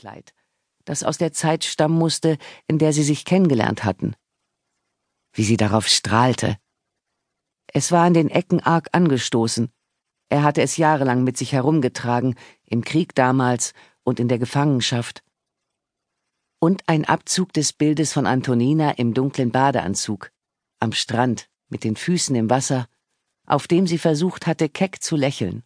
Abendkleid, das aus der Zeit stammen musste, in der sie sich kennengelernt hatten. Wie sie darauf strahlte. Es war an den Ecken arg angestoßen. Er hatte es jahrelang mit sich herumgetragen, im Krieg damals und in der Gefangenschaft. Und ein Abzug des Bildes von Antonina im dunklen Badeanzug, am Strand, mit den Füßen im Wasser, auf dem sie versucht hatte, keck zu lächeln.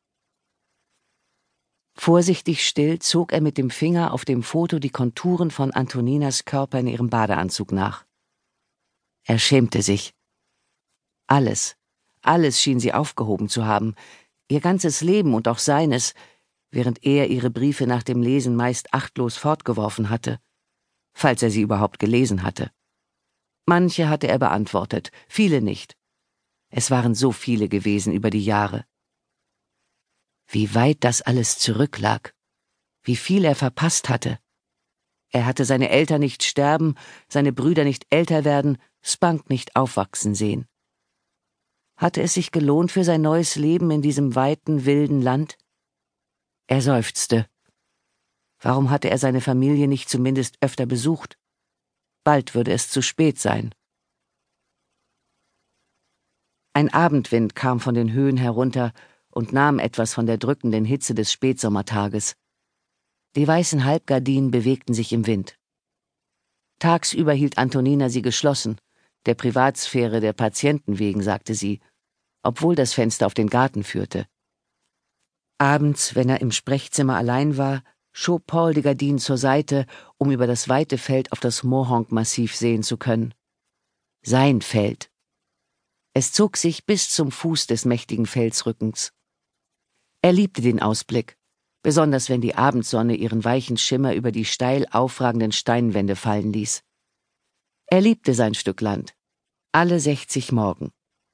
Vorsichtig still zog er mit dem Finger auf dem Foto die Konturen von Antoninas Körper in ihrem Badeanzug nach. Er schämte sich. Alles schien sie aufgehoben zu haben, ihr ganzes Leben und auch seines, während er ihre Briefe nach dem Lesen meist achtlos fortgeworfen hatte, falls er sie überhaupt gelesen hatte. Manche hatte er beantwortet, viele nicht. Es waren so viele gewesen über die Jahre. Wie weit das alles zurücklag, wie viel er verpasst hatte. Er hatte seine Eltern nicht sterben, seine Brüder nicht älter werden, Spunk nicht aufwachsen sehen. Hatte es sich gelohnt für sein neues Leben in diesem weiten, wilden Land? Er seufzte. Warum hatte er seine Familie nicht zumindest öfter besucht? Bald würde es zu spät sein. Ein Abendwind kam von den Höhen herunter und nahm etwas von der drückenden Hitze des Spätsommertages. Die weißen Halbgardinen bewegten sich im Wind. Tagsüber hielt Antonina sie geschlossen, der Privatsphäre der Patienten wegen, sagte sie, obwohl das Fenster auf den Garten führte. Abends, wenn er im Sprechzimmer allein war, schob Paul die Gardinen zur Seite, um über das weite Feld auf das Mohonk-Massiv sehen zu können. Sein Feld. Es zog sich bis zum Fuß des mächtigen Felsrückens. Er liebte den Ausblick, besonders wenn die Abendsonne ihren weichen Schimmer über die steil aufragenden Steinwände fallen ließ. Er liebte sein Stück Land, alle 60 Morgen.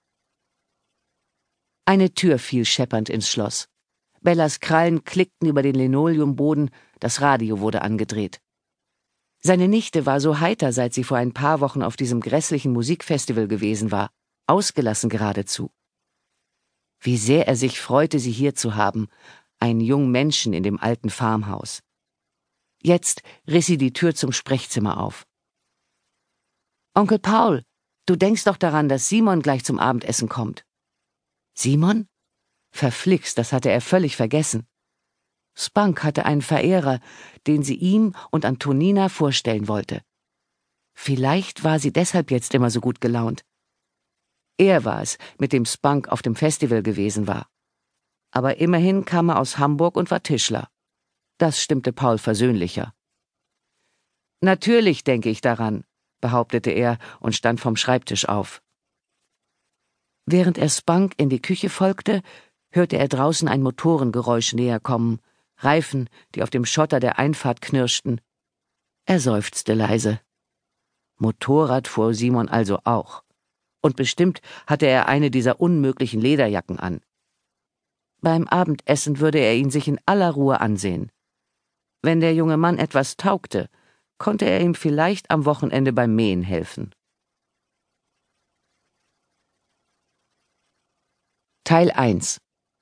Eine Tür fiel scheppernd ins Schloss. Bellas Krallen klickten über den Linoleumboden, das Radio wurde angedreht. Seine Nichte war so heiter, seit sie vor ein paar Wochen auf diesem grässlichen Musikfestival gewesen war, ausgelassen geradezu. Wie sehr er sich freute, sie hier zu haben, einen jungen Menschen in dem alten Farmhaus. Jetzt riss sie die Tür zum Sprechzimmer auf. »Onkel Paul, du denkst doch daran, dass Simon gleich zum Abendessen kommt.« »Simon?« Verflixt, das hatte er völlig vergessen. Spunk hatte einen Verehrer, den sie ihm und Antonina vorstellen wollte. Vielleicht war sie deshalb jetzt immer so gut gelaunt. Er war es, mit dem Spunk auf dem Festival gewesen war. Aber immerhin kam er aus Hamburg und war Tischler. Das stimmte Paul versöhnlicher. »Natürlich denke ich daran«, behauptete er und stand vom Schreibtisch auf. Während er Spunk in die Küche folgte, hörte er draußen ein Motorengeräusch näher kommen, Reifen, die auf dem Schotter der Einfahrt knirschten. Er seufzte leise. Motorrad fuhr Simon also auch. Und bestimmt hatte er eine dieser unmöglichen Lederjacken an. Beim Abendessen würde er ihn sich in aller Ruhe ansehen. Wenn der junge Mann etwas taugte, konnte er ihm vielleicht am Wochenende beim Mähen helfen. Teil 1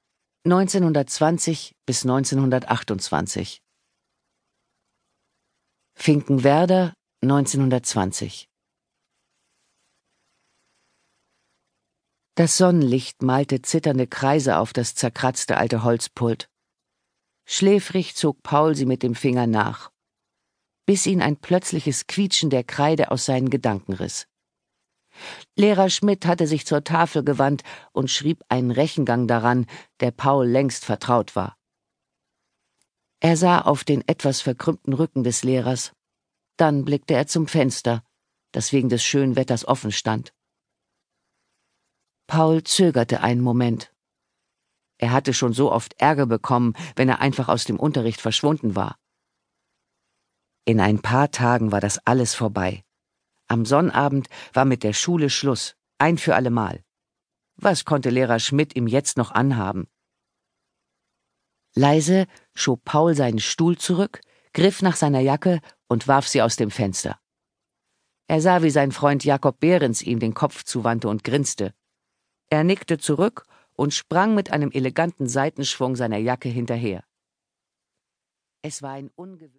1920 bis 1928 Finkenwerder, 1920. Das Sonnenlicht malte zitternde Kreise auf das zerkratzte alte Holzpult. Schläfrig zog Paul sie mit dem Finger nach, bis ihn ein plötzliches Quietschen der Kreide aus seinen Gedanken riss. Lehrer Schmidt hatte sich zur Tafel gewandt und schrieb einen Rechengang daran, der Paul längst vertraut war. Er sah auf den etwas verkrümmten Rücken des Lehrers. Dann blickte er zum Fenster, das wegen des schönen Wetters offen stand. Paul zögerte einen Moment. Er hatte schon so oft Ärger bekommen, wenn er einfach aus dem Unterricht verschwunden war. In ein paar Tagen war das alles vorbei. Am Sonnabend war mit der Schule Schluss, ein für allemal. Was konnte Lehrer Schmidt ihm jetzt noch anhaben? Leise schob Paul seinen Stuhl zurück, griff nach seiner Jacke und warf sie aus dem Fenster. Er sah, wie sein Freund Jakob Behrens ihm den Kopf zuwandte und grinste. Er nickte zurück und sprang mit einem eleganten Seitenschwung seiner Jacke hinterher. Es war ein ungewöhnliches